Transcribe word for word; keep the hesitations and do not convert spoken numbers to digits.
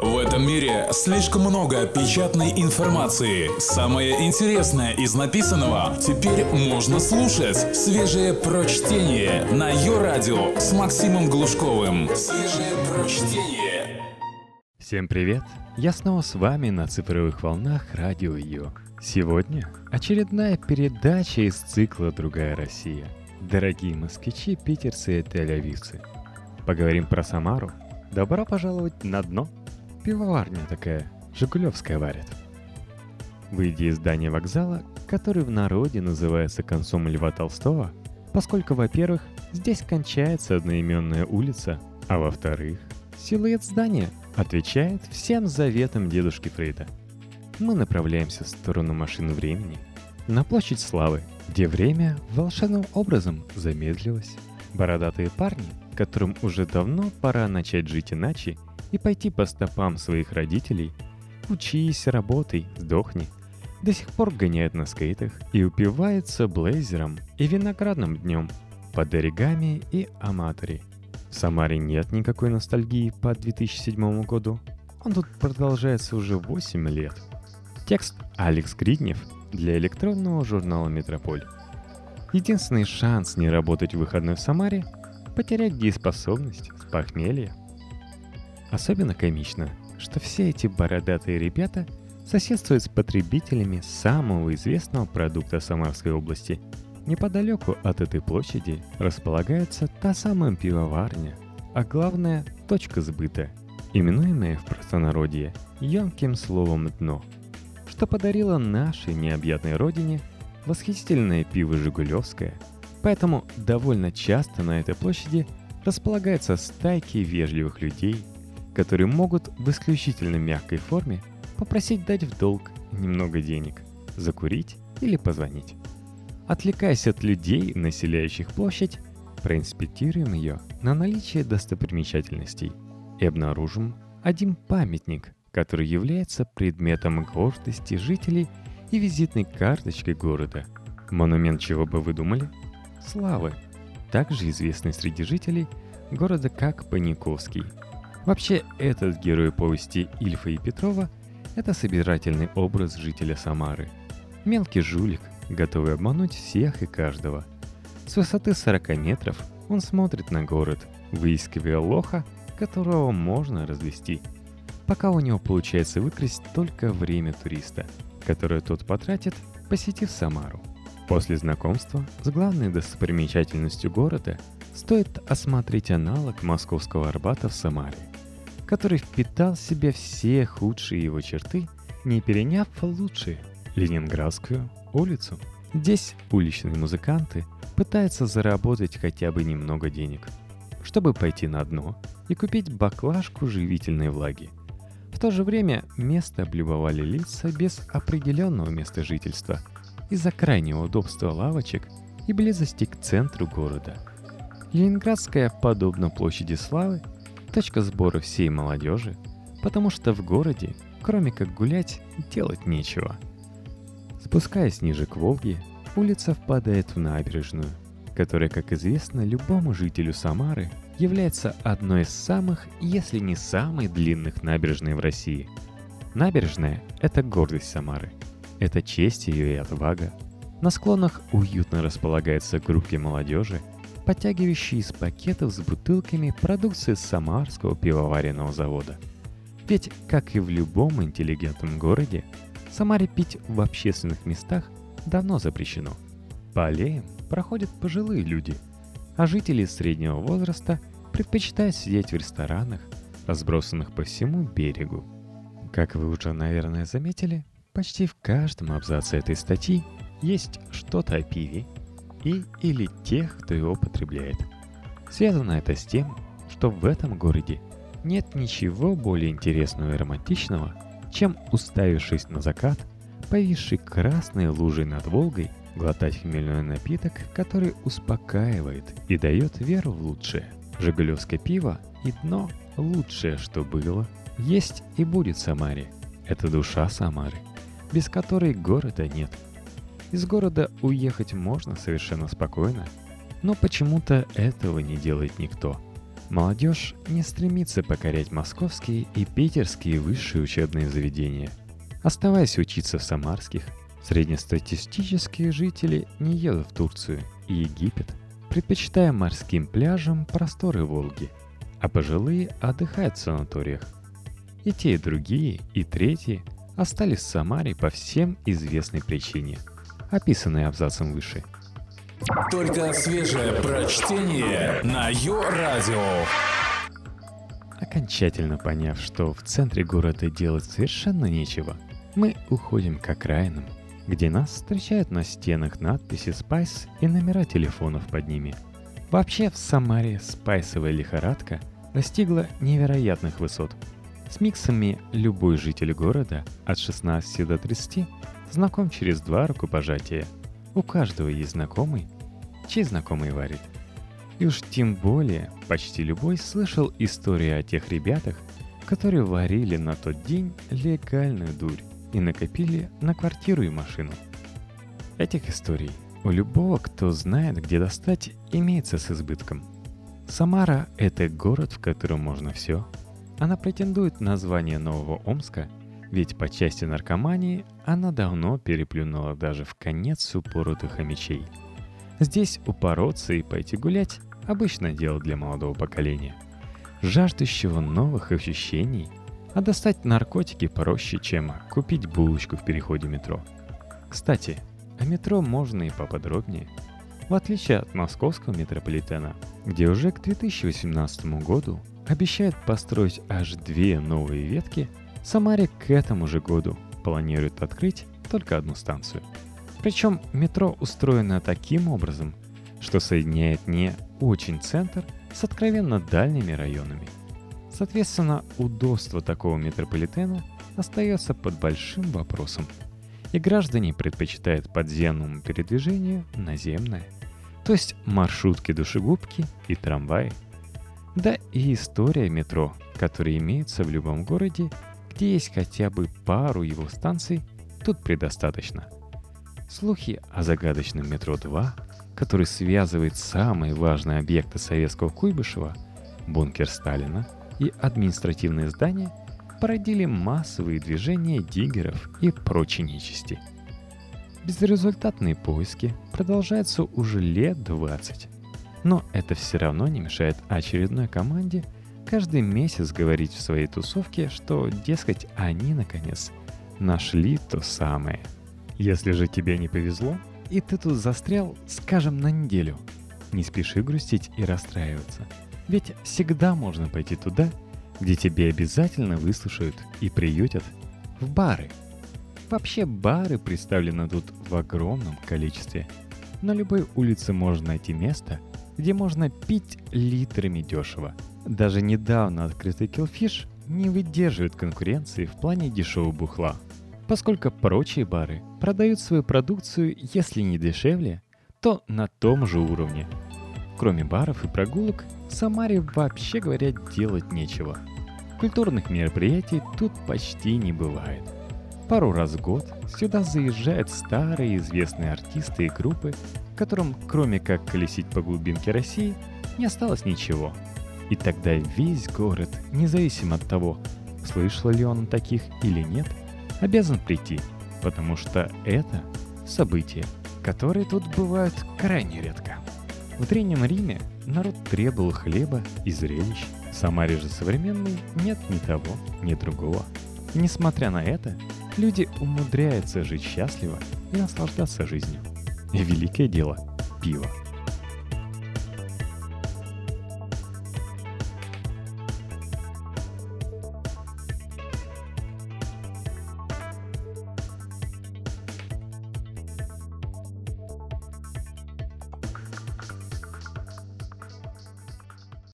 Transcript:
В этом мире слишком много печатной информации. Самое интересное из написанного теперь можно слушать. Свежее прочтение на Йо-Радио с Максимом Глушковым. Свежее прочтение. Всем привет! Я снова с вами на цифровых волнах Радио Йо. Сегодня очередная передача из цикла «Другая Россия». Дорогие москвичи, питерцы и тель-авивцы. Поговорим про Самару. Добро пожаловать на дно. Пивоварня такая, жигулевская варят. Выйдя из здания вокзала, который в народе называется концом Льва Толстого, поскольку, во-первых, здесь кончается одноименная улица, а во-вторых, силуэт здания отвечает всем заветам дедушки Фрейда. Мы направляемся в сторону машины времени, на площадь Славы, где время волшебным образом замедлилось. Бородатые парни, которым уже давно пора начать жить иначе и пойти по стопам своих родителей, учись, работай, сдохни, до сих пор гоняют на скейтах и упиваются блейзером и виноградным днем под оригами и аматори. В Самаре нет никакой ностальгии по две тысячи седьмому году. Он тут продолжается уже восемь лет. Текст Алекс Гриднев для электронного журнала «Метрополь». Единственный шанс не работать в выходной в Самаре – потерять дееспособность с похмелья. Особенно комично, что все эти бородатые ребята соседствуют с потребителями самого известного продукта Самарской области. Неподалеку от этой площади располагается та самая пивоварня, а главное – точка сбыта, именуемая в простонародье емким словом «дно», что подарило нашей необъятной родине восхитительное пиво «Жигулевское». Поэтому довольно часто на этой площади располагаются стайки вежливых людей, которые могут в исключительно мягкой форме попросить дать в долг немного денег, закурить или позвонить. Отвлекаясь от людей, населяющих площадь, проинспектируем ее на наличие достопримечательностей и обнаружим один памятник, который является предметом гордости жителей и визитной карточкой города. Монумент, чего бы вы думали? Славы, также известный среди жителей города как Паниковский. Вообще, этот герой повести Ильфа и Петрова – это собирательный образ жителя Самары. Мелкий жулик, готовый обмануть всех и каждого. С высоты сорок метров он смотрит на город, выискивая лоха, которого можно развести, пока у него получается выкрасть только время туриста, которое тот потратит, посетив Самару. После знакомства с главной достопримечательностью города стоит осмотреть аналог московского Арбата в Самаре, который впитал в себя все худшие его черты, не переняв лучшие – Ленинградскую улицу. Здесь уличные музыканты пытаются заработать хотя бы немного денег, чтобы пойти на дно и купить баклажку живительной влаги. В то же время место облюбовали лица без определенного места жительства из-за крайнего удобства лавочек и близости к центру города. Ленинградская, подобно площади Славы, точка сбора всей молодежи, потому что в городе, кроме как гулять, делать нечего. Спускаясь ниже к Волге, улица впадает в набережную, которая, как известно любому жителю Самары, является одной из самых, если не самой длинных набережной в России. Набережная – это гордость Самары. Это честь ее и отвага. На склонах уютно располагаются группки молодежи, подтягивающие из пакетов с бутылками продукции Самарского пивоваренного завода. Ведь, как и в любом интеллигентном городе, в Самаре пить в общественных местах давно запрещено. По аллеям проходят пожилые люди, а жители среднего возраста предпочитают сидеть в ресторанах, разбросанных по всему берегу. Как вы уже, наверное, заметили, почти в каждом абзаце этой статьи есть что-то о пиве и или тех, кто его потребляет. Связано это с тем, что в этом городе нет ничего более интересного и романтичного, чем, уставившись на закат, повисший красной лужей над Волгой, глотать хмельной напиток, который успокаивает и дает веру в лучшее. Жигулевское пиво и дно – лучшее, что было, есть и будет в Самаре. Это душа Самары, без которой города нет. Из города уехать можно совершенно спокойно, но почему-то этого не делает никто. Молодежь не стремится покорять московские и питерские высшие учебные заведения. Оставаясь учиться в самарских, среднестатистические жители не едут в Турцию и Египет, предпочитая морским пляжам просторы Волги, а пожилые отдыхают в санаториях. И те, и другие, и третьи остались в Самаре по всем известной причине, описанной абзацем выше. Только свежее прочтение на Йо-Радио. Окончательно поняв, что в центре города делать совершенно нечего, мы уходим к окраинам, где нас встречают на стенах надписи «Спайс» и номера телефонов под ними. Вообще в Самаре спайсовая лихорадка достигла невероятных высот. С миксами любой житель города от шестнадцати до тридцати знаком через два рукопожатия. У каждого есть знакомый, чей знакомый варит. И уж тем более почти любой слышал историю о тех ребятах, которые варили на тот день легальную дурь и накопили на квартиру и машину. Этих историй у любого, кто знает, где достать, имеется с избытком. Самара – это город, в котором можно все. Она претендует на звание Нового Омска, ведь по части наркомании она давно переплюнула даже в конец упоротых хомячей. Здесь упороться и пойти гулять – обычное дело для молодого поколения, жаждущего новых ощущений, а достать наркотики проще, чем купить булочку в переходе метро. Кстати, о метро можно и поподробнее. В отличие от московского метрополитена, где уже к две тысячи восемнадцатому году обещают построить аж две новые ветки, в Самаре к этому же году планируют открыть только одну станцию. Причем метро устроено таким образом, что соединяет не очень центр с откровенно дальними районами. Соответственно, удобство такого метрополитена остается под большим вопросом, и граждане предпочитают подземному передвижению наземное, то есть маршрутки-душегубки и трамваи. Да и история метро, которая имеется в любом городе, где есть хотя бы пару его станций, тут предостаточно. Слухи о загадочном метро два, который связывает самые важные объекты советского Куйбышева, бункер Сталина и административные здания, породили массовые движения диггеров и прочей нечисти. Безрезультатные поиски продолжаются уже лет двадцать. Но это все равно не мешает очередной команде каждый месяц говорить в своей тусовке, что, дескать, они, наконец, нашли то самое. Если же тебе не повезло, и ты тут застрял, скажем, на неделю, не спеши грустить и расстраиваться. Ведь всегда можно пойти туда, где тебе обязательно выслушают и приютят, в бары. Вообще бары представлены тут в огромном количестве. На любой улице можно найти место, где можно пить литрами дешево. Даже недавно открытый Killfish не выдерживает конкуренции в плане дешевого бухла, поскольку прочие бары продают свою продукцию, если не дешевле, то на том же уровне. Кроме баров и прогулок, в Самаре, вообще говоря, делать нечего. Культурных мероприятий тут почти не бывает. Пару раз в год сюда заезжают старые известные артисты и группы, которым, кроме как колесить по глубинке России, не осталось ничего. И тогда весь город, независимо от того, слышал ли он о таких или нет, обязан прийти, потому что это события, которые тут бывают крайне редко. В Древнем Риме народ требовал хлеба и зрелищ. В Самаре же современной нет ни того, ни другого. Несмотря на это, люди умудряются жить счастливо и наслаждаться жизнью. И великое дело – пиво.